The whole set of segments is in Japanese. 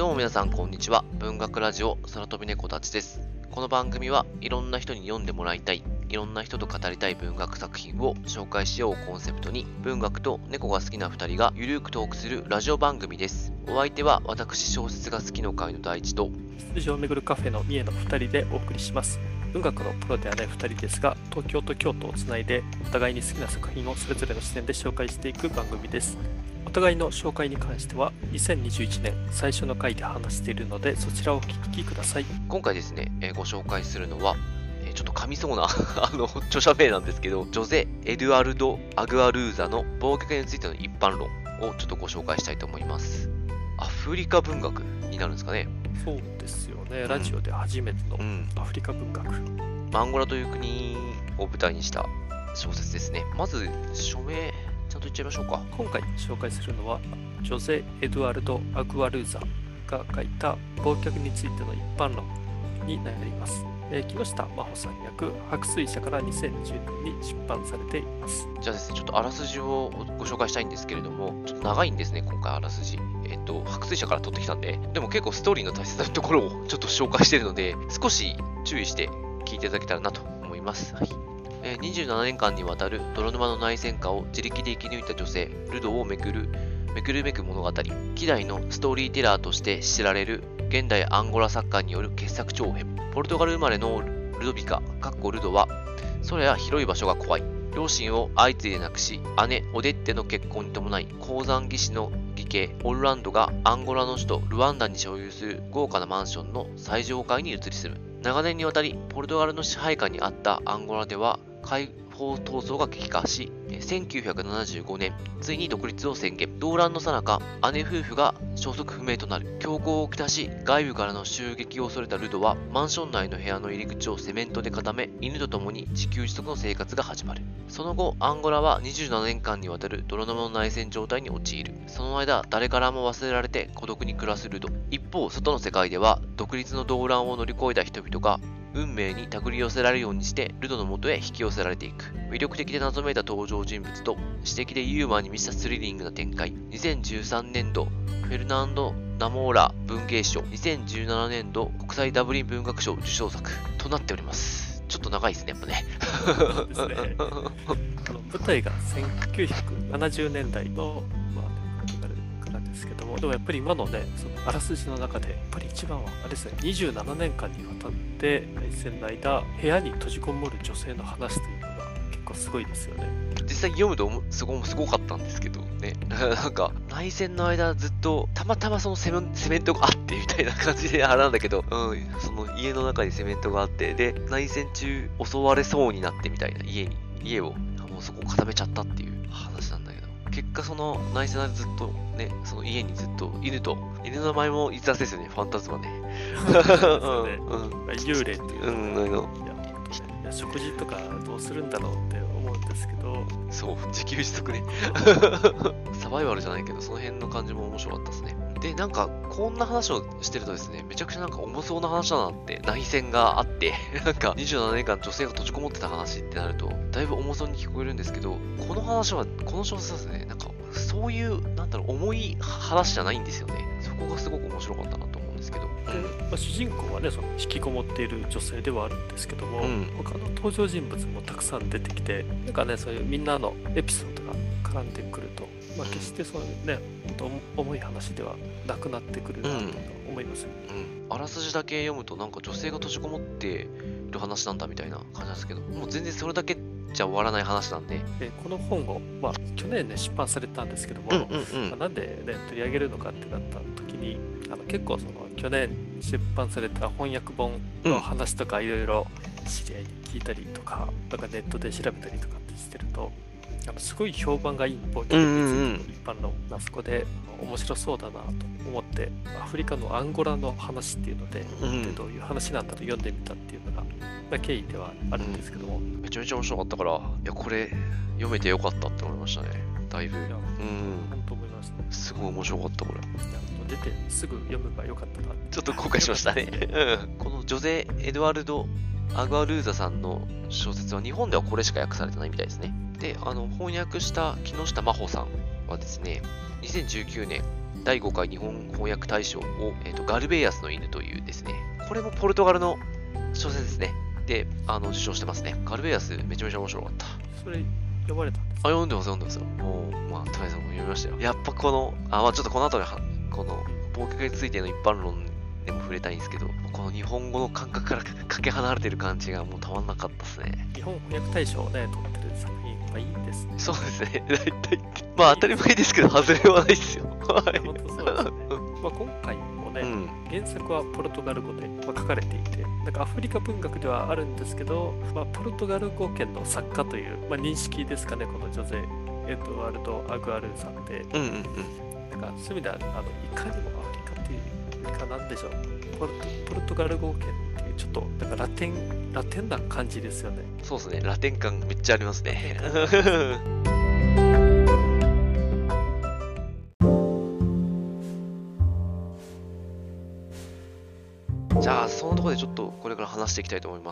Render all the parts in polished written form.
どうも皆さんこんにちは。文学ラジオ空飛び猫たちです。この番組はいろんな人に読んでもらいたい、いろんな人と語りたい文学作品を紹介しようをコンセプトに、文学と猫が好きな2人がゆるーくトークするラジオ番組です。お相手は私小説が好きの会の第一と、 羊をめぐるカフェの三重の2人でお送りします。文学のプロではない2人ですが、東京と京都をつないでお互いに好きな作品をそれぞれの視点で紹介していく番組です。お互いの紹介に関しては2021年最初の回で話しているので、そちらをお聞きください。 今回ですね、ご紹介するのは、ちょっと噛みそうな著者名なんですけど、ジョゼ・エドゥアルド・アグアルーザの忘却についての一般論をちょっとご紹介したいと思います。アフリカ文学になるんですかね。 そうですよね、ラジオで初めてのアフリカ文学、 アンゴラという国を舞台にした小説ですね。まず署名ちゃんと言っちゃいましょうか。 今回紹介するのはジョゼ・エドゥアルド・アグアルーザが書いた忘却についての一般論になります。木下真帆さん役、白水社から2020年に出版されています。 じゃあですね、ちょっとあらすじをご紹介したいんですけれども、ちょっと長いんですね、今回あらすじ。白水社から取ってきたんで、でも結構ストーリーの大切なところをちょっと紹介しているので、少し注意して聞いていただけたらなと思います。はい。27年間にわたる泥沼の内戦下を自力で生き抜いた女性、ルドをめくるめく物語。希代のストーリーテラーとして知られる現代アンゴラ作家による傑作長編。ポルトガル生まれのルドビカ、ルドは、空や広い場所が怖い。両親を相次いで亡くし、姉、オデッテの結婚に伴い、鉱山技師の義兄、オルランドがアンゴラの首都ルワンダに所有する豪華なマンションの最上階に移り住む。長年にわたり、ポルトガルの支配下にあったアンゴラでは、解放闘争が激化し、1975年、ついに独立を宣言。動乱の最中、姉夫婦が消息不明となる。強行をきたし、外部からの襲撃を恐れたルドは、マンション内の部屋の入り口をセメントで固め、犬と共に自給自足の生活が始まる。その後、アンゴラは27年間にわたる泥沼の内戦状態に陥る。その間、誰からも忘れられて孤独に暮らすルド。一方、外の世界では、独立の動乱を乗り越えた人々が、運命に手繰り寄せられるようにしてルドの元へ引き寄せられていく。魅力的で謎めいた登場人物と詩的でユーモアに満ちたスリリングな展開。2013年度フェルナンド・ナモーラ文芸賞、2017年度国際ダブリン文学賞受賞作となっております。ちょっと長いですね、やっぱね。 そうですね。舞台が1970年代のからですけども、でもやっぱり今のね、そのあらすじの中でやっぱり一番はあれですね、27年間にわたって内戦の間部屋に閉じこもる女性の話というのが結構すごいですよね。 実際読むとすごかったんですけどね。なんか内戦の間ずっとたまたまそのセメントがあってみたいな感じであれなんだけど、その家の中にセメントがあって、で内戦中襲われそうになってみたいな、家をもうそこを固めちゃったっていう話なんだけど、結果その内戦の間ずっとね、その家にずっと犬の名前も逸脱ですよね、ファンタズマね。 幽霊っていうのが、食事とかどうするんだろうって思うんですけど、 そう自給自足ね。サバイバルじゃないけど、その辺の感じも面白かったですね。で、なんかこんな話をしてるとですね、めちゃくちゃなんか重そうな話だなって、内戦があってなんか27年間女性が閉じこもってた話ってなるとだいぶ重そうに聞こえるんですけど、この小説はですね、なんかそういう重い話じゃないんですよね。そこがすごく面白かったなと思うんですけど、 主人公はね、その引きこもっている女性ではあるんですけども、他の登場人物もたくさん出てきて、なんかね、そういうみんなのエピソードが絡んでくると、決してそういうね、本当重い話ではなくなってくるなと思います、 あらすじだけ読むとなんか女性が閉じこもっている話なんだみたいな感じなんですけど、もう全然それだけじゃ終わらない話なんで、 この本を、去年ね出版されたんですけども、なんで、ね、取り上げるのかってなった時に、結構その去年出版された翻訳本の話とかいろいろ知り合いに聞いたりとか、なんかネットで調べたりとかってしてると、すごい評判がいい忘却についての一般論がそこで面白そうだなと思って、アフリカのアンゴラの話っていうので、どういう話なんだと読んでみたっていうのが、経緯ではあるんですけども、 めちゃめちゃ面白かったから、いやこれ読めてよかったって思いましたね。だいぶ本当思いました、ね、 すごい面白かったこれ。 出てすぐ読めばよかったな。 ちょっと後悔しましたね。このジョゼ・エドワルド・アグアルーザさんの小説は日本ではこれしか訳されてないみたいですね。で、翻訳した木下真帆さんはですね、2019年第5回日本翻訳大賞を、ガルベイアスの犬というですね、これもポルトガルの小説ですね。で、受賞してますね。ガルベイアスめちゃめちゃ面白かった。 それ読まれたんですか？ 読んでますよ。もう、まあ、トライさんも読みましたよ。やっぱこの、まあちょっとこの後でこの、忘却についての一般論でも触れたいんですけど、この日本語の感覚からかけ離れてる感じがもうたまんなかったですね。 日本翻訳大賞をね、取ってる作品がいいんですね。 そうですね。大体、まあ当たり前ですけど、外れはないですよ。 はい。本当そうですね。まあ今回もね、原作はポルトガル語で書かれていて、なんかアフリカ文学ではあるんですけど、まあ、ポルトガル語圏の作家という、まあ、認識ですかね、このジョゼ・エドワルド・アグアルさんで。なんかそういう意味では、いかにもアフリカっていうかなんでしょう、ポルトガル語圏っていう、ちょっとなんかラテンな感じですよね。 そうですね、ラテン感めっちゃありますね。じゃあ、そのところでちょっとこれから話していきたいと思います。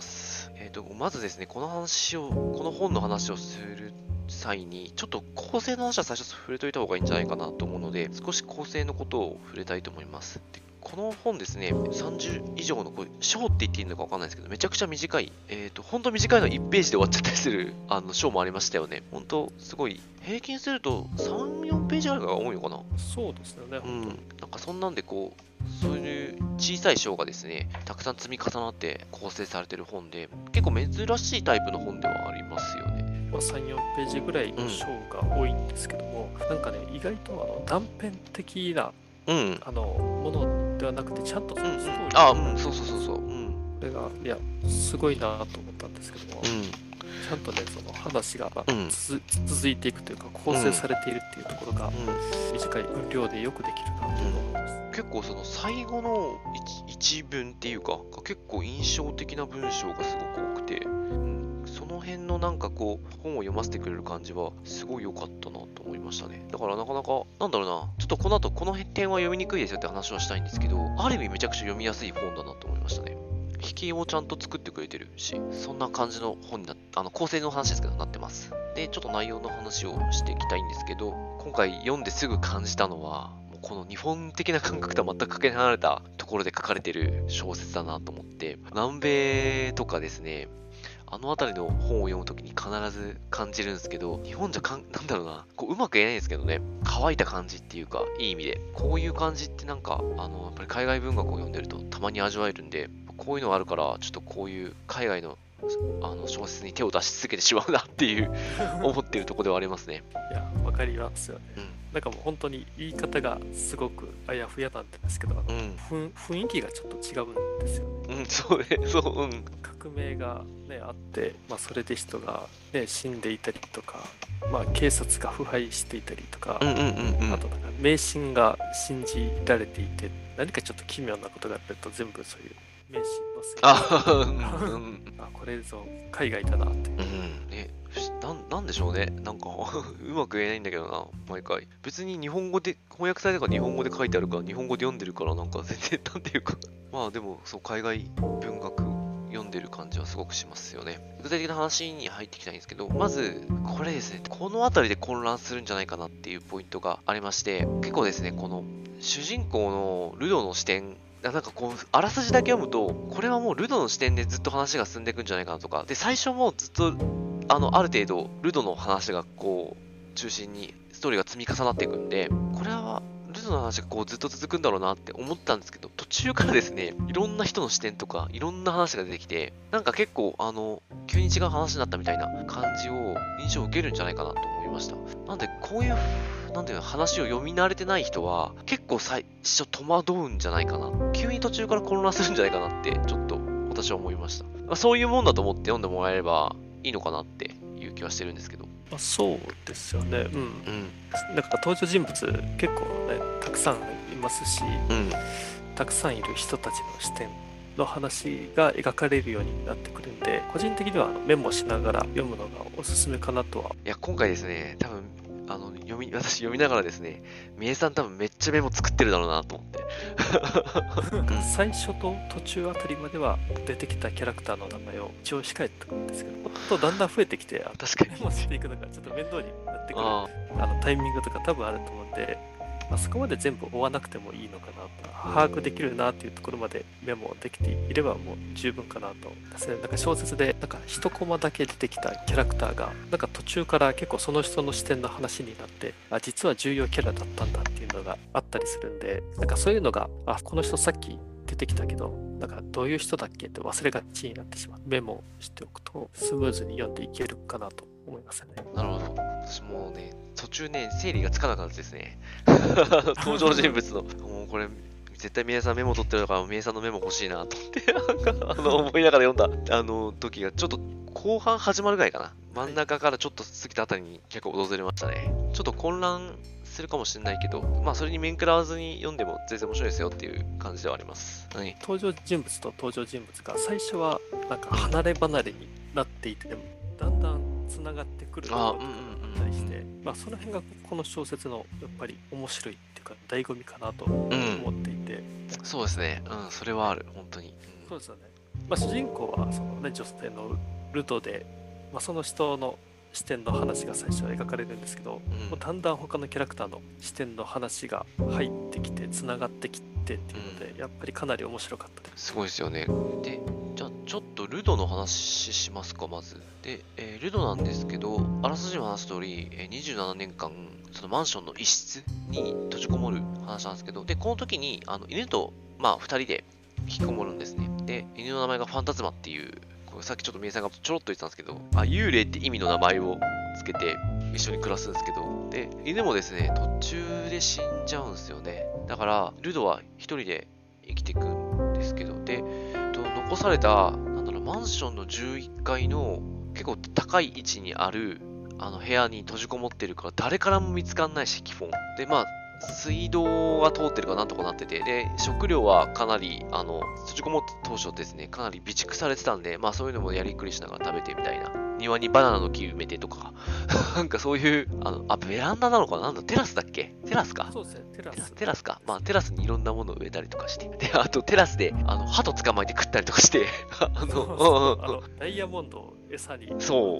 まずですね、この本の話をする際に、ちょっと構成の話は最初触れといた方がいいんじゃないかなと思うので、少し構成のことを触れたいと思います。でこの本ですね、30以上の章って言っていいのか分かんないですけど、めちゃくちゃ短い、本当短いの1ページで終わっちゃったりする章もありましたよね。本当すごい、平均すると3、4ページぐらいが多いのかな。 そうですよね。 なんかそんなんでそういう小さい章がですね、たくさん積み重なって構成されてる本で、結構珍しいタイプの本ではありますよね。 まあ、3、4ページぐらいの章が多いんですけども、なんかね、意外と断片的な、ものではなくて、ちゃんとそのストーリー。 そう。 これが、いや、すごいなと思ったんですけども、ちゃんとね、その話が続いていくというか、構成されているっていうところが、短い分量でよくできるなと思います。 結構その最後の一文っていうか、結構印象的な文章がすごく多くて、その辺のなんか本を読ませてくれる感じはすごい良かったなと思いましたね。だからなかなか、なんだろうな、ちょっとこの後この点は読みにくいですよって話はしたいんですけど、ある意味めちゃくちゃ読みやすい本だなと思いましたね。引きをちゃんと作ってくれてるし、そんな感じの本に構成の話ですけどなってます。で、ちょっと内容の話をしていきたいんですけど、今回読んですぐ感じたのは、この日本的な感覚とは全くかけ離れたところで書かれている小説だなと思って、南米とかですね、あの辺りの本を読むときに必ず感じるんですけど、日本じゃなんだろうな、うまく言えないんですけどね、乾いた感じっていうか、いい意味で、こういう感じってなんか、やっぱり海外文学を読んでるとたまに味わえるんで、こういうのがあるから、ちょっとこういう海外の小説に手を出し続けてしまうなっていう思っているところではありますね。 いや、わかりますよね。なんかもう本当に言い方がすごくあやふやなんですけど、雰囲気がちょっと違うんですよね。 そうね、 革命が、ね、あって、まあ、それで人が、ね、死んでいたりとか、まあ、警察が腐敗していたりとか、あとなんか迷信が信じられていて、何かちょっと奇妙なことがあると全部そういう迷信のせいこれぞ海外だなって。 なんでしょうね。なんかうまく言えないんだけどな、毎回。別に日本語で、翻訳されたから日本語で書いてあるから、日本語で読んでるから、なんか全然、なんていうかまあでも、そう、海外文学読んでる感じはすごくしますよね。具体的な話に入っていきたいんですけど、まず、これですね、この辺りで混乱するんじゃないかなっていうポイントがありまして、結構ですね、この主人公のルドの視点、なんかあらすじだけ読むと、これはもうルドの視点でずっと話が進んでいくんじゃないかなとか、で、最初もずっと、ある程度、ルドの話が中心にストーリーが積み重なっていくんで、これは、ルドの話がずっと続くんだろうなって思ったんですけど、途中からですね、いろんな人の視点とか、いろんな話が出てきて、なんか結構、急に違う話になったみたいな感じを、印象を受けるんじゃないかなと思いました。なんで、こういう、なんていうの、話を読み慣れてない人は、結構最初戸惑うんじゃないかな。急に途中から混乱するんじゃないかなって、ちょっと私は思いました。そういうもんだと思って読んでもらえればいいのかなっていう気はしてるんですけど。 そうですよね。だから登場人物結構ね、たくさんいますし、たくさんいる人たちの視点の話が描かれるようになってくるんで、個人的にはメモしながら読むのがおすすめかなとは。 いや、今回ですね、多分私読みながらですね、みえさん多分めっちゃメモ作ってるだろうなと思って。 最初と途中あたりまでは出てきたキャラクターの名前を一応控えておくんですけど、だんだん増えてきて、 確かにメモしていくのがちょっと面倒になってくるタイミングとか多分あると思うんで、 そこまで全部追わなくてもいいのかなと、把握できるなっていうところまでメモできていればもう十分かなとですね。なんか小説でなんか一コマだけ出てきたキャラクターがなんか途中から結構その人の視点の話になって、実は重要キャラだったんだっていうのがあったりするんで、なんかそういうのがこの人さっき出てきたけどなんかどういう人だっけって忘れがちになってしまう。メモしておくとスムーズに読んでいけるかなと思いますね。 なるほど。私もうね、途中ね、整理がつかなかったですね。登場人物の。もうこれ、絶対宮井さんメモ取ってるから、宮井さんのメモ欲しいなと思って、思いながら読んだ、時が、ちょっと後半始まるぐらいかな。真ん中からちょっと過ぎたあたりに結構訪れましたね。ちょっと混乱するかもしれないけど、まあそれに面食らわずに読んでも全然面白いですよっていう感じではあります。はい、 登場人物と登場人物が最初はなんか離れ離れになっていて、でもだんだんつながってくるところがあったりして、その辺がこの小説のやっぱり面白いっていうか醍醐味かなと思っていて、 そうですね、それはある、本当に。 そうですよね。主人公はその、ね、女性のルドで、その人の視点の話が最初は描かれるんですけど、もうだんだん他のキャラクターの視点の話が入ってきてつながってきてっていうので、やっぱりかなり面白かったです。 すごいですよね。で、じゃあちょっとルドの話しますか、まず。で、ルドなんですけど、あらすじの話す通り、27年間そのマンションの一室に閉じこもる話なんですけど、でこの時に犬と2人で引きこもるんですね。で、犬の名前がファンタズマっていう、これさっきちょっと宮井さんがちょろっと言ってたんですけど、幽霊って意味の名前をつけて一緒に暮らすんですけど、で、犬もですね、途中で死んじゃうんですよね。だから、ルドは一人で生きていくんですけど、で、残された、マンションの11階の結構高い位置にある部屋に閉じこもってるから、誰からも見つかんないし、基本。で、水道が通ってるからなんとかなってて、で、食料はかなり、閉じこもった当初ですね、かなり備蓄されてたんで、そういうのもやりくりしながら食べてみたいな。庭にバナナの木埋めてとか、なんかそういう、ベランダなのかな、なんだ、テラスだっけ、テラスか。 そうですね、 テラスか。テラスにいろんなものを植えたりとかして。で、あとテラスで、鳩捕まえて食ったりとかして、 ダイヤモンドを餌に。 そう。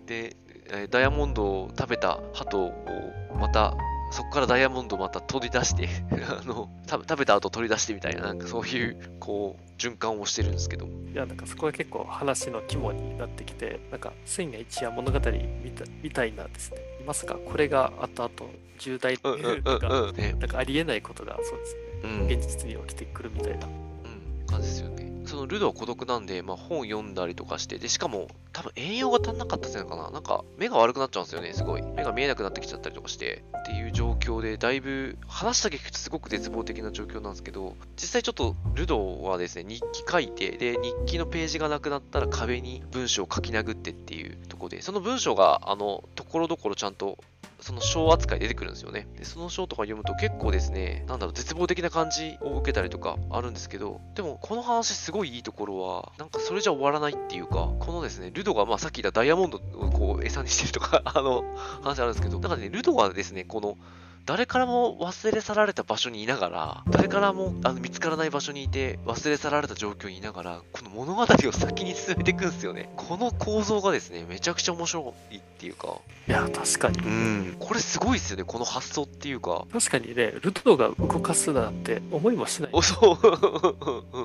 で、ダイヤモンドを食べた鳩をまた、そこからダイヤモンドをまた取り出して食べた後取り出してみたいな、なんかそういう、循環をしてるんですけど。 いや、なんかそこは結構話の肝になってきて、なんか、千夜一夜物語みたいなですね。まさかこれが後々重大というか、なんかありえないことが、そうですね。現実に起きてくるみたいな。 感じですよね。そのルドは孤独なんで、本読んだりとかして、で、しかも、多分栄養が足んなかったせいなのかな。なんか、目が悪くなっちゃうんですよね、すごい。目が見えなくなってきちゃったりとかして、っていう状況で、だいぶ、話だけ聞くとすごく絶望的な状況なんですけど、実際ちょっと、ルドはですね、日記書いて、で、日記のページがなくなったら壁に文章を書き殴ってっていうところで、その文章が、ところどころちゃんと、その章扱い出てくるんですよね。で、その章とか読むと結構ですね、絶望的な感じを受けたりとかあるんですけど、でもこの話すごいいいところは、なんかそれじゃ終わらないっていうか、このですね、ルドがさっき言ったダイヤモンドを餌にしてるとか、話あるんですけど、なんかね、ルドがですね、誰からも忘れ去られた場所にいながら、誰からも見つからない場所にいて、忘れ去られた状況にいながら、この物語を先に進めていくんですよね。この構造がですね、めちゃくちゃ面白いっていうか。 いや、確かに。 これすごいですよね、この発想っていうか。 確かにね、ルドが動かすなんて思いもしない。 そう。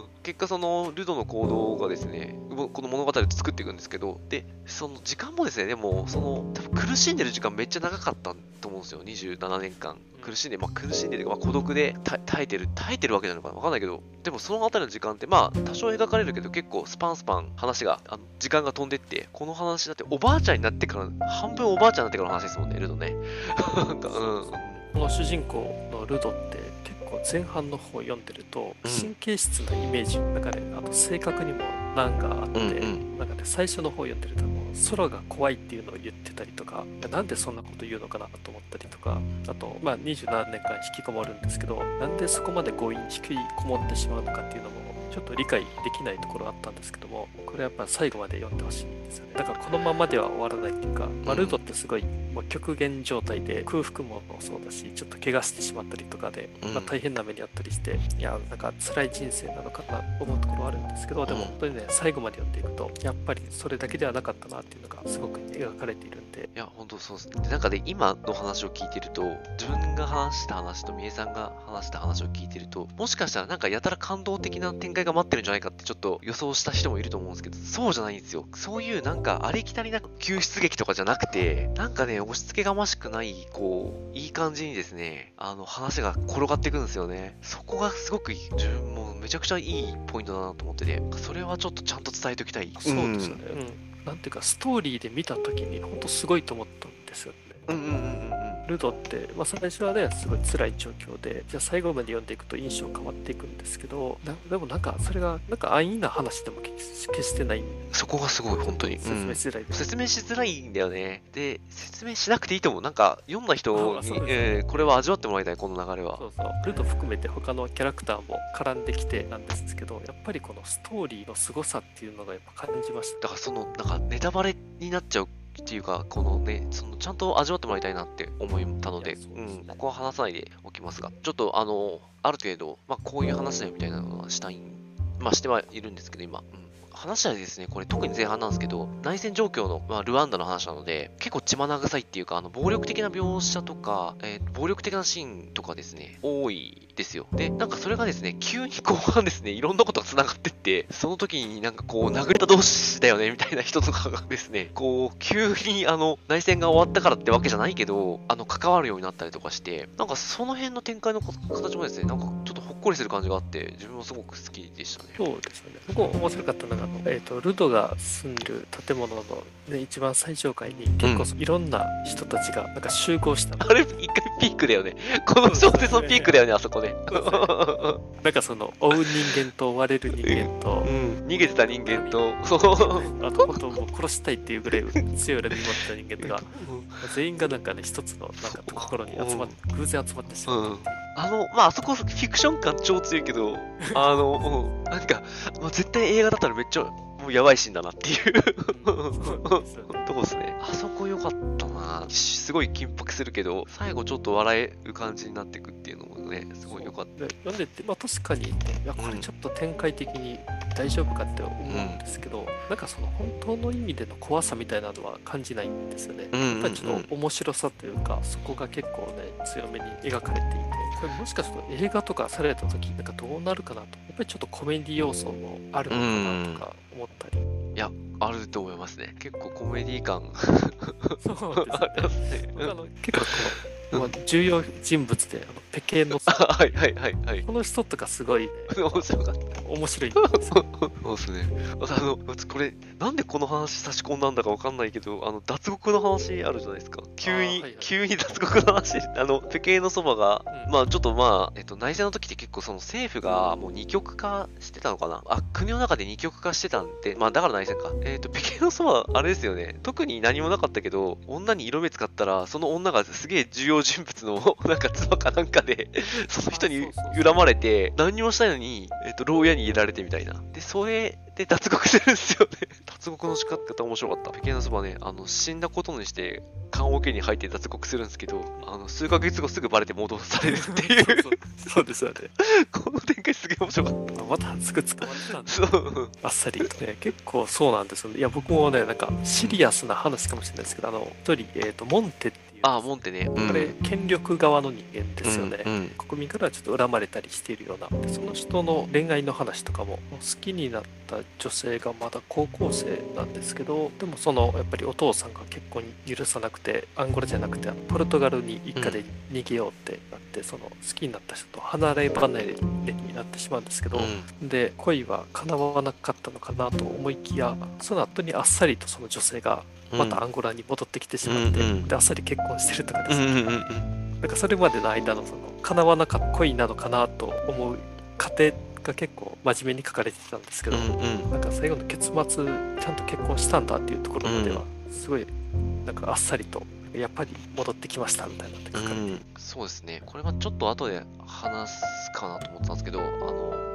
結果そのルドの行動がですね、この物語を作っていくんですけど、で、その時間もですね、でも、多分苦しんでる時間めっちゃ長かったと思うんですよ、27年間。苦しんでるというか、孤独で耐えてるわけなのかなわかんないけど、でもそのあたりの時間って、多少描かれるけど、結構スパン話が、時間が飛んでって、この話だっておばあちゃんになってから、半分おばあちゃんになってからの話ですもんね、ルドね。 この主人公のルドって結構前半の方を読んでると神経質なイメージの中で、あと性格にも難があって、なんかね、最初の方を読んでると空が怖いっていうのを言ってたりとか、なんでそんなこと言うのかなと思ったりとか、あと27年間引きこもるんですけど、なんでそこまで強引に引きこもってしまうのかっていうのもちょっと理解できないところあったんですけども、これやっぱ最後まで読んでほしいですよね。だからこのままでは終わらないっていうか、ルドってすごいもう極限状態で空腹もそうだし、ちょっと怪我してしまったりとかで、大変な目にあったりして、いやなんか辛い人生なのかなと思うところはあるんですけど、でも本当にね、最後まで読んでいくとやっぱりそれだけではなかったなっていうのがすごく描かれているんで。 いや本当そうですね。なんかね、今の話を聞いてると、自分が話した話とみえさんが話した話を聞いてると、もしかしたらなんかやたら感動的な展開が待ってるんじゃないかってちょっと予想した人もいると思うんですけど、そうじゃないんですよ。そういうなんかありきたりな救出劇とかじゃなくて、なんかね、押し付けがましくない、こう、いい感じにですね、話が転がっていくんですよね。そこがすごく自分もめちゃくちゃいいポイントだなと思ってて、それはちょっとちゃんと伝えておきたい。 そうですよね。なんていうか、ストーリーで見たときに本当すごいと思ったんですよね。ルドって、最初はね、すごい辛い状況で、じゃあ最後まで読んでいくと印象変わっていくんですけど、でもなんかそれがなんか安易な話でも決してない。 そこがすごい本当に説明しづらい、 説明しづらいんだよね。で、説明しなくていいと思う。なんか読んだ人に、これは味わってもらいたい、この流れは。 そうそう。ルド含めて他のキャラクターも絡んできてなんですけど、やっぱりこのストーリーの凄さっていうのがやっぱ感じました。 だからなんかネタバレになっちゃうっていうか、このね、ちゃんと味わってもらいたいなって思ったので、ここは話さないでおきますが、ちょっとある程度、こういう話だよみたいなのはしたい、してはいるんですけど、今。話はですね、これ特に前半なんですけど、内戦状況の、ルワンダの話なので、結構血眼臭いっていうか、暴力的な描写とか、暴力的なシーンとかですね、多いですよ。で、なんかそれがですね、急に後半ですね、いろんなことが繋がってって、その時になんかこう、殴れた同士だよね、みたいな人とかがですね、こう、急に内戦が終わったからってわけじゃないけど、関わるようになったりとかして、なんかその辺の展開の形もですね、なんかちょっとほっこりする感じがあって、自分もすごく好きでしたね。 そうですよね。すごい面白かったのが、ルドが住んでる建物の、ね、一番最上階に結構いろんな人たちがなんか集合した、 あれ一回ピークだよね。この小説のピークだよね、あそこね。 なんか追う人間と追われる人間と、 逃げてた人間と、 あと本当もう殺したいっていうぐらい強い恨み持った人間とか、全員がなんかね、一つのなんかところに偶然集まってしまったっていう。 あそこフィクション感超強いけど、なんか、絶対映画だったらめっちゃ、もうやばいシーンだなっていうとこですね。あそこ良かったな。すごい緊迫するけど、最後ちょっと笑える感じになっていくっていうのもね、すごい良かった。 読んでて、確かに、いや、これちょっと展開的に大丈夫かって思うんですけど、なんか本当の意味での怖さみたいなのは感じないんですよね。やっぱりちょっと面白さというか、そこが結構ね、強めに描かれていて、これもしかすると映画とかされた時なんかどうなるかなと、やっぱりちょっとコメディ要素もあるのかなとか思ったり。 いや、あると思いますね。結構コメディ感。 そうですね。結構重要人物で、ペケの、 はいはいはいはい。 この人とかすごいね、 面白かった。 面白いんですよ。 そうですね。これ、なんでこの話差し込んだんだかわかんないけど、脱獄の話あるじゃないですか。急に脱獄の話、ペケのそばが、ちょっと内戦の時って結構政府がもう二極化してたのかな。国の中で二極化してたんで、だから内戦か。ペケのそば、あれですよね。特に何もなかったけど、女に色目使ったら、その女がすげえ重要人物の、なんか妻かなんかで、その人に恨まれて、何にもしたいのに、牢屋に入れられてみたいな。で、それで脱獄するんですよね。脱獄の仕方面白かった。ペケのそばね、死んだことにして、棺桶に入って脱獄するんですけど、数ヶ月後すぐバレて戻されるっていう。 そうですよね。 この展開すげえ面白かった。 またすぐ捕まってたんですよ。あっさりとね、結構そうなんですよね。いや、僕もね、なんかシリアスな話かもしれないですけど、一人、モンテっていう。 モンテね。 これ、権力側の人間ですよね。国民からちょっと恨まれたりしているような。で、その人の恋愛の話とかも、好きになった女性がまだ高校生なんですけど、でもやっぱりお父さんが結婚許さなくて、アンゴラじゃなくて、ポルトガルに一家で逃げようってなって、好きになった人と離れ離れになってしまうんですけど、で、恋は叶わなかったのかなと思いきや、その後にあっさりとその女性が、またアンゴラに戻ってきてしまって、であっさり結婚してるとかですね。なんかそれまでの間の叶わなかった恋なのかなと思う過程が結構真面目に書かれてたんですけど、なんか最後の結末ちゃんと結婚したんだっていうところまではすごいなんかあっさりとやっぱり戻ってきましたみたいなのって書かれて、 そうですね。これはちょっと後で話すかなと思ったんですけど、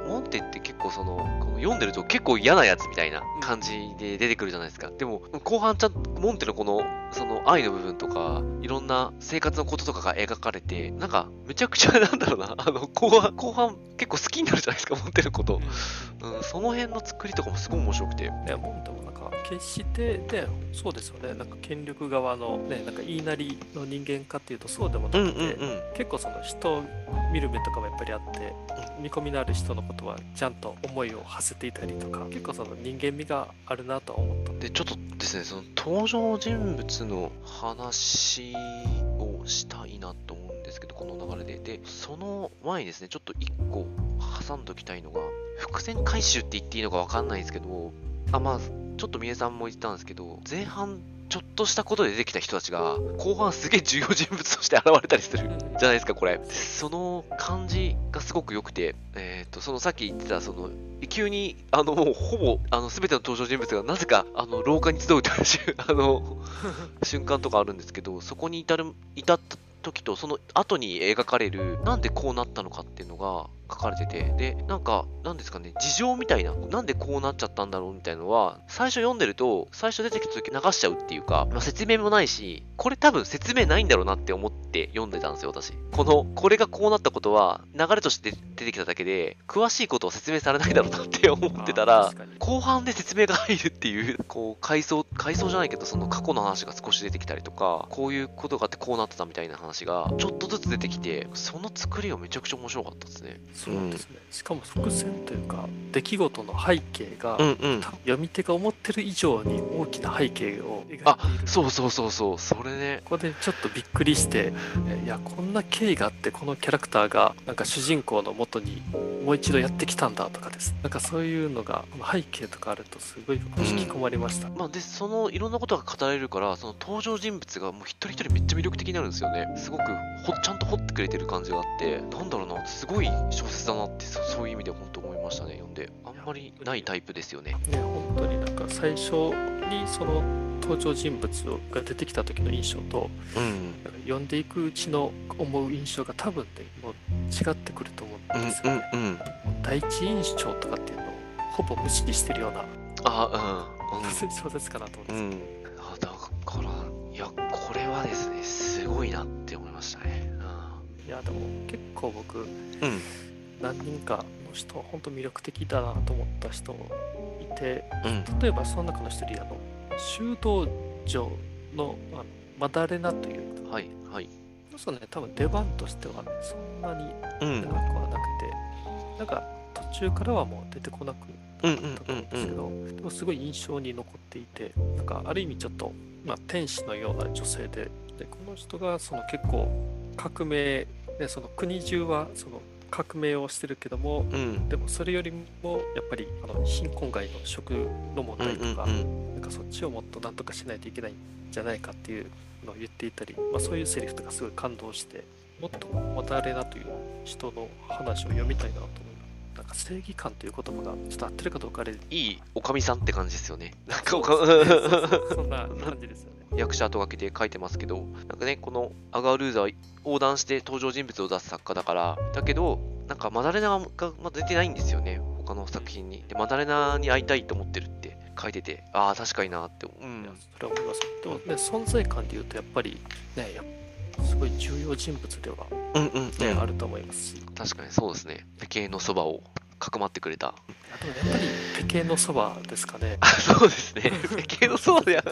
モンテって結構この読んでると結構嫌なやつみたいな感じで出てくるじゃないですか。でも、後半ちゃんとモンテのその愛の部分とか、いろんな生活のこととかが描かれて、なんか、めちゃくちゃなんだろうな、後半結構好きになるじゃないですか、モンテのこと。その辺の作りとかもすごい面白くて。 モンテもなんか、決してね、そうですよね、なんか権力側のね、なんか言いなりの人間かっていうとそうでもなくて、結構その人を見る目とかもやっぱりあって、見込みのある人のことはちゃんと思いを馳せていたりとか、結構その人間味があるなとは思った。 で、ちょっとですね、その登場人物の話をしたいなと思うんですけど、この流れで。で、その前にですね、ちょっと一個挟んどきたいのが、伏線回収って言っていいのかわかんないですけど、まあ、ちょっと峰さんも言ったんですけど、前半ちょっとしたことで出てきた人たちが、後半すげえ重要人物として現れたりするじゃないですか、これ。その感じがすごく良くて、そのさっき言ってた、急に、もうほぼ、すべての登場人物がなぜか、廊下に集うという瞬間とかあるんですけど、そこに至った時と、その後に描かれる、なんでこうなったのかっていうのが書かれてて、で、なんか、なんですかね、事情みたいな、なんでこうなっちゃったんだろうみたいなのは、最初読んでると、最初出てきた時流しちゃうっていうか、説明もないし、これ多分説明ないんだろうなって思って読んでたんですよ、私。これがこうなったことは、流れとして出てきただけで、詳しいことを説明されないだろうなって思ってたら、後半で説明が入るっていう、回想じゃないけど、その過去の話が少し出てきたりとか、こういうことがあってこうなってたみたいな話が、ちょっとずつ出てきて、その作りがめちゃくちゃ面白かったですね。 そうですね。しかも伏線というか、出来事の背景が、読み手が思ってる以上に大きな背景を描いている。 そう、それね。 ここでちょっとびっくりして、いや、こんな経緯があって、このキャラクターが、なんか主人公の元にもう一度やってきたんだとかです。なんかそういうのが、背景とかあるとすごい引き込まれました。 で、いろんなことが語られるから、その登場人物がもう一人一人めっちゃ魅力的になるんですよね。すごく、ちゃんと掘ってくれてる感じがあって、なんだろうな、すごい小説だなって、そういう意味で本当思いましたね、読んで。あんまりないタイプですよね。 本当になんか最初にその登場人物が出てきた時の印象と、読んでいくうちの思う印象が多分ね、もう違ってくると思うんですよね。第一印象とかっていうのをほぼ無視してるような小説かなと思うんですよ。 だから、いや、これはですね、すごいなって思いましたね。 いや、でも結構僕、何人かの人、本当魅力的だなと思った人いて、例えばその中の一人、修道場のマダレナという、そうね、多分出番としてはね、そんなに長くはなくて、なんか途中からはもう出てこなくなったと思うんですけど、でもすごい印象に残っていて、なんかある意味ちょっと、天使のような女性で、この人がその結構革命、その国中はその革命をしてるけども、でもそれよりもやっぱり貧困街の食の問題とか、なんかそっちをもっとなんとかしないといけないんじゃないかっていうのを言っていたり、そういうセリフとかすごい感動して、もっとマダレナという人の話を読みたいなと思います。なんか正義感という言葉がちょっと合ってるかどうかあれ、 いいおかみさんって感じですよね。なんかそんな感じですよね。 役者後書きで書いてますけど、なんかね、このアガールーザは横断して登場人物を出す作家だから、だけど、なんかマダレナがまだ出てないんですよね、他の作品に。で、マダレナに会いたいと思ってるって書いてて、確かになって。 それは思います。でもね、存在感で言うとやっぱりね、すごい重要人物では、あると思いますし。 確かにそうですね。ペケのそばをかくまってくれた。 でもやっぱりペケのそばですかね。 そうですね。ペケのそばで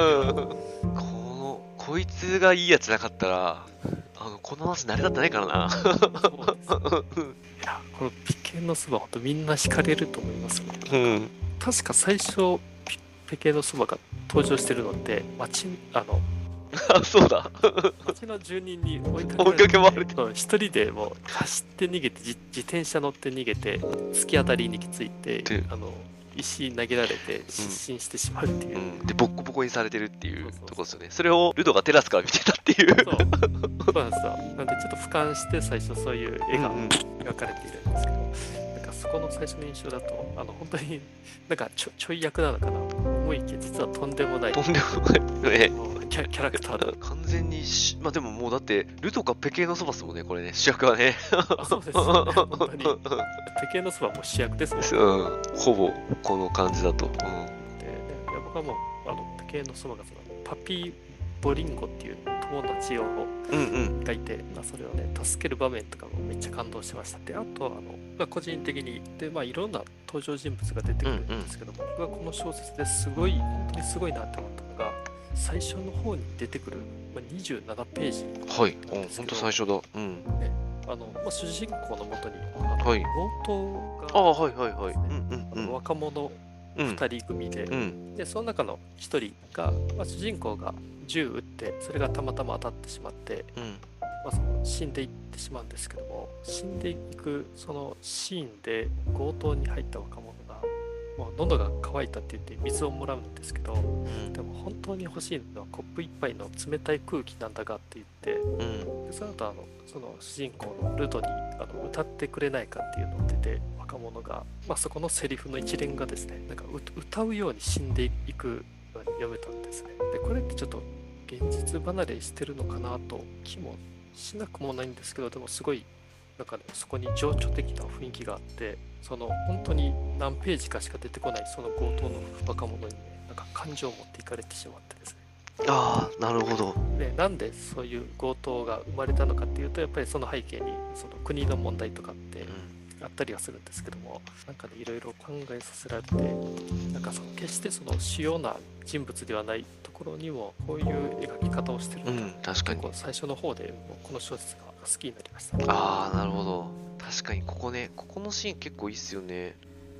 こいつがいいやつなかったら、この話成り立ってないからな。 いや、このペケのそば、本当みんな惹かれると思いますね。確か最初、ペケのそばが登場してるのって、 そうだ。 町の住人に追いかけ回れて、 一人でもう走って逃げて、自転車乗って逃げて、突き当たりに行き着いて、石投げられて失神してしまうっていう、 でボッコボコにされてるっていうところですよね。それをルドがテラスから見てたっていう。 そうなんですよ。なんでちょっと俯瞰して最初そういう絵が描かれているんですけど、なんかそこの最初の印象だと本当になんかちょい役なのかな思いきや、実はとんでもないね、 キャラクターの。 完全にまあでももうだって、ルとかペケのそばっすもんね、これね、主役はね。 そうですね、本当に。ペケのそばも主役ですもんね。 ほぼこの感じだと。 僕はもう、ペケのそばがパピー・ボリンゴっていう友達がいて、それをね、助ける場面とかもめっちゃ感動しました。で、あと個人的に、で、いろんな登場人物が出てくるんですけども、僕がこの小説ですごい、本当にすごいなって思ったのが、最初の方に出てくる、27ページ。 はい、本当最初だ。 主人公のもとに、強盗が、若者2人組で、で、その中の1人が、主人公が銃撃って、それがたまたま当たってしまって、死んでいってしまうんですけども、死んでいくそのシーンで強盗に入った若者が、もう喉が渇いたって言って水をもらうんですけど、でも本当に欲しいのはコップ一杯の冷たい空気なんだがって言って、でその後その主人公のルドに歌ってくれないかっていうのを出て、若者が、そこのセリフの一連がですね、なんか歌うように死んでいくように読めたんですね。でこれってちょっと現実離れしてるのかなと気もしなくもないんですけど、でもすごいなんかね、そこに情緒的な雰囲気があって、その本当に何ページかしか出てこないその強盗の若者にね、なんか感情を持っていかれてしまってですね。 ああ、なるほど。 で、なんでそういう強盗が生まれたのかっていうと、やっぱりその背景にその国の問題とかってあったりはするんですけども、なんかね、いろいろ考えさせられて、なんか決してその主要な人物ではないところにもこういう描き方をしてるんだ。 確かに。 結構最初の方でもうこの小説が好きになりました。 ああ、なるほど。確かにここのシーン結構いいっすよね。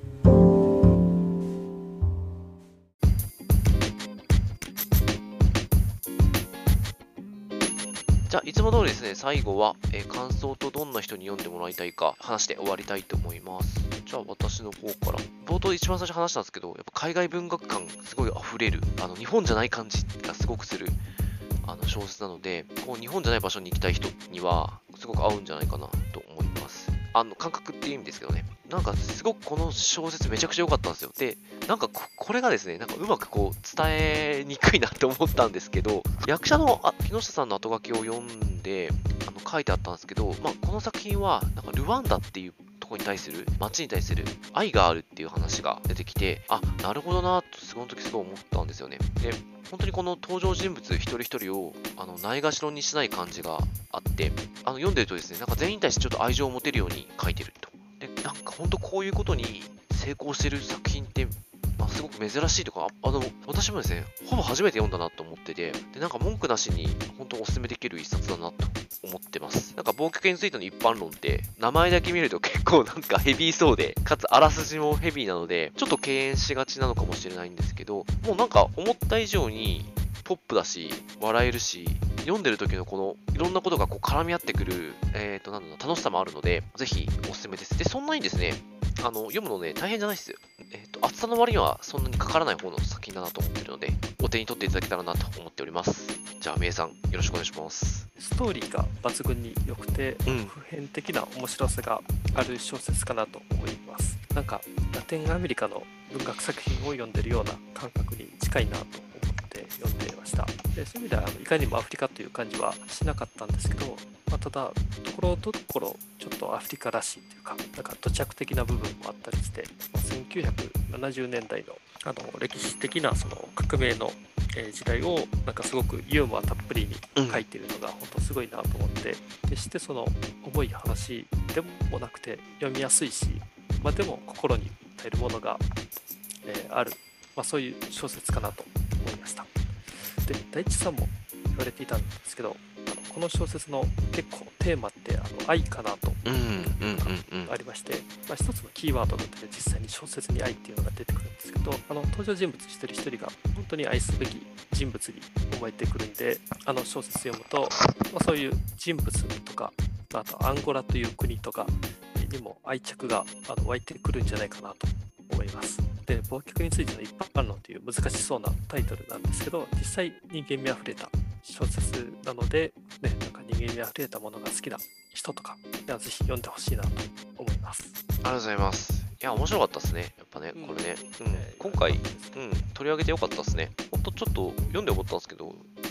じゃあいつも通りですね、最後は、感想とどんな人に読んでもらいたいか話して終わりたいと思います。じゃあ私の方から、冒頭一番最初話したんですけど、やっぱ海外文学感すごい溢れる、日本じゃない感じがすごくする小説なので、こう日本じゃない場所に行きたい人にはすごく合うんじゃないかなと思います。感覚っていう意味ですけどね。なんかすごくこの小説めちゃくちゃ良かったんですよ。で、なんかこれがですね、なんかうまくこう伝えにくいなって思ったんですけど、役者の木下さんの後書きを読んで書いてあったんですけど、この作品はなんかルワンダっていうとこに対する、街に対する愛があるっていう話が出てきて、なるほどなとその時すごい思ったんですよね。で、本当にこの登場人物一人一人をないがしろにしない感じがあって、読んでるとですね、なんか全員に対してちょっと愛情を持てるように書いてると。で、なんか本当こういうことに成功してる作品って、すごく珍しいとか、私もですね、ほぼ初めて読んだなと思ってて、で、なんか文句なしに本当お勧めできる一冊だなと思ってます。なんか忘却についての一般論って、名前だけ見ると結構なんかヘビーそうで、かつあらすじもヘビーなので、ちょっと敬遠しがちなのかもしれないんですけど、もうなんか思った以上にポップだし、笑えるし、読んでる時のこのいろんなことがこう絡み合ってくる、楽しさもあるので、ぜひおすすめです。で、そんなにですね、読むのね、大変じゃないですよ。厚さの割にはそんなにかからない方の作品だなと思ってるので、お手に取っていただけたらなと思っております。じゃあ、めいさん、よろしくお願いします。 ストーリーが抜群に良くて、普遍的な面白さがある小説かなと思います。なんか、ラテンアメリカの文学作品を読んでるような感覚に近いなと思って読んでいました。で、そういう意味ではいかにもアフリカという感じはしなかったんですけど、ただ、ところどころちょっとアフリカらしいというか、なんか土着的な部分もあったりして、1970年代の歴史的なその革命の時代をなんかすごくユーモアたっぷりに書いているのが本当すごいなと思って、決してその重い話でもなくて読みやすいし、でも心に訴えるものが、ある、そういう小説かなと思いました。で、大地さんも言われていたんですけど、この小説の結構テーマって愛かなとありまして、一つのキーワードだったり実際に小説に愛っていうのが出てくるんですけど、登場人物一人一人が本当に愛すべき人物に思えてくるんで、小説読むと、そういう人物とか、あとアンゴラという国とかにも愛着が湧いてくるんじゃないかなと思います。で、忘却についての一般論という難しそうなタイトルなんですけど、実際人間味あふれた小説なので、なんか人間味あふれたものが好きな人とかぜひ読んでほしいなと思います。 ありがとうございます。いや、面白かったですね。やっぱね、これね。今回、取り上げてよかったですね。ほんとちょっと読んで思ったんですけど、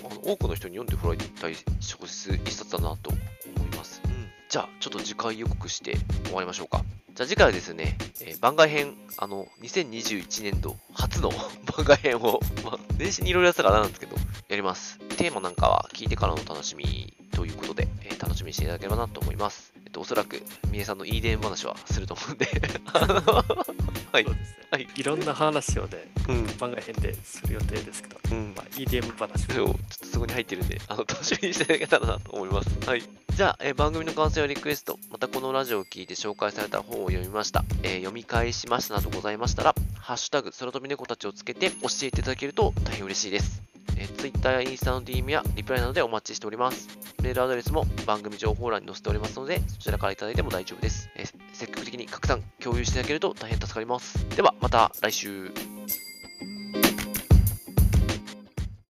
多くの人に読んでもらいたい小説一冊だなと思います。じゃあ、ちょっと次回予告して終わりましょうか。じゃあ次回はですね、番外編、2021年度初の番外編を、年始にいろいろやってたからなんですけど、やります。テーマなんかは聞いてからの楽しみということで、楽しみにしていただければなと思います。おそらく、みえさんの EDM 話はすると思うんで、はい。 そうですね。はい。いろんな話をね、番外編でする予定ですけど、EDM 話ちょっとそこに入ってるんで、楽しみにしていただけたらなと思います。はい。じゃあ、番組の感想やリクエスト、またこのラジオを聞いて紹介された本を読みました、読み返しましたなどございましたら、ハッシュタグ、空飛び猫たちをつけて教えていただけると大変嬉しいです。Twitter やインスタの DM やリプライなどでお待ちしております。メールアドレスも番組情報欄に載せておりますので、そちらからいただいても大丈夫です。積極的に拡散、共有していただけると大変助かります。では、また来週。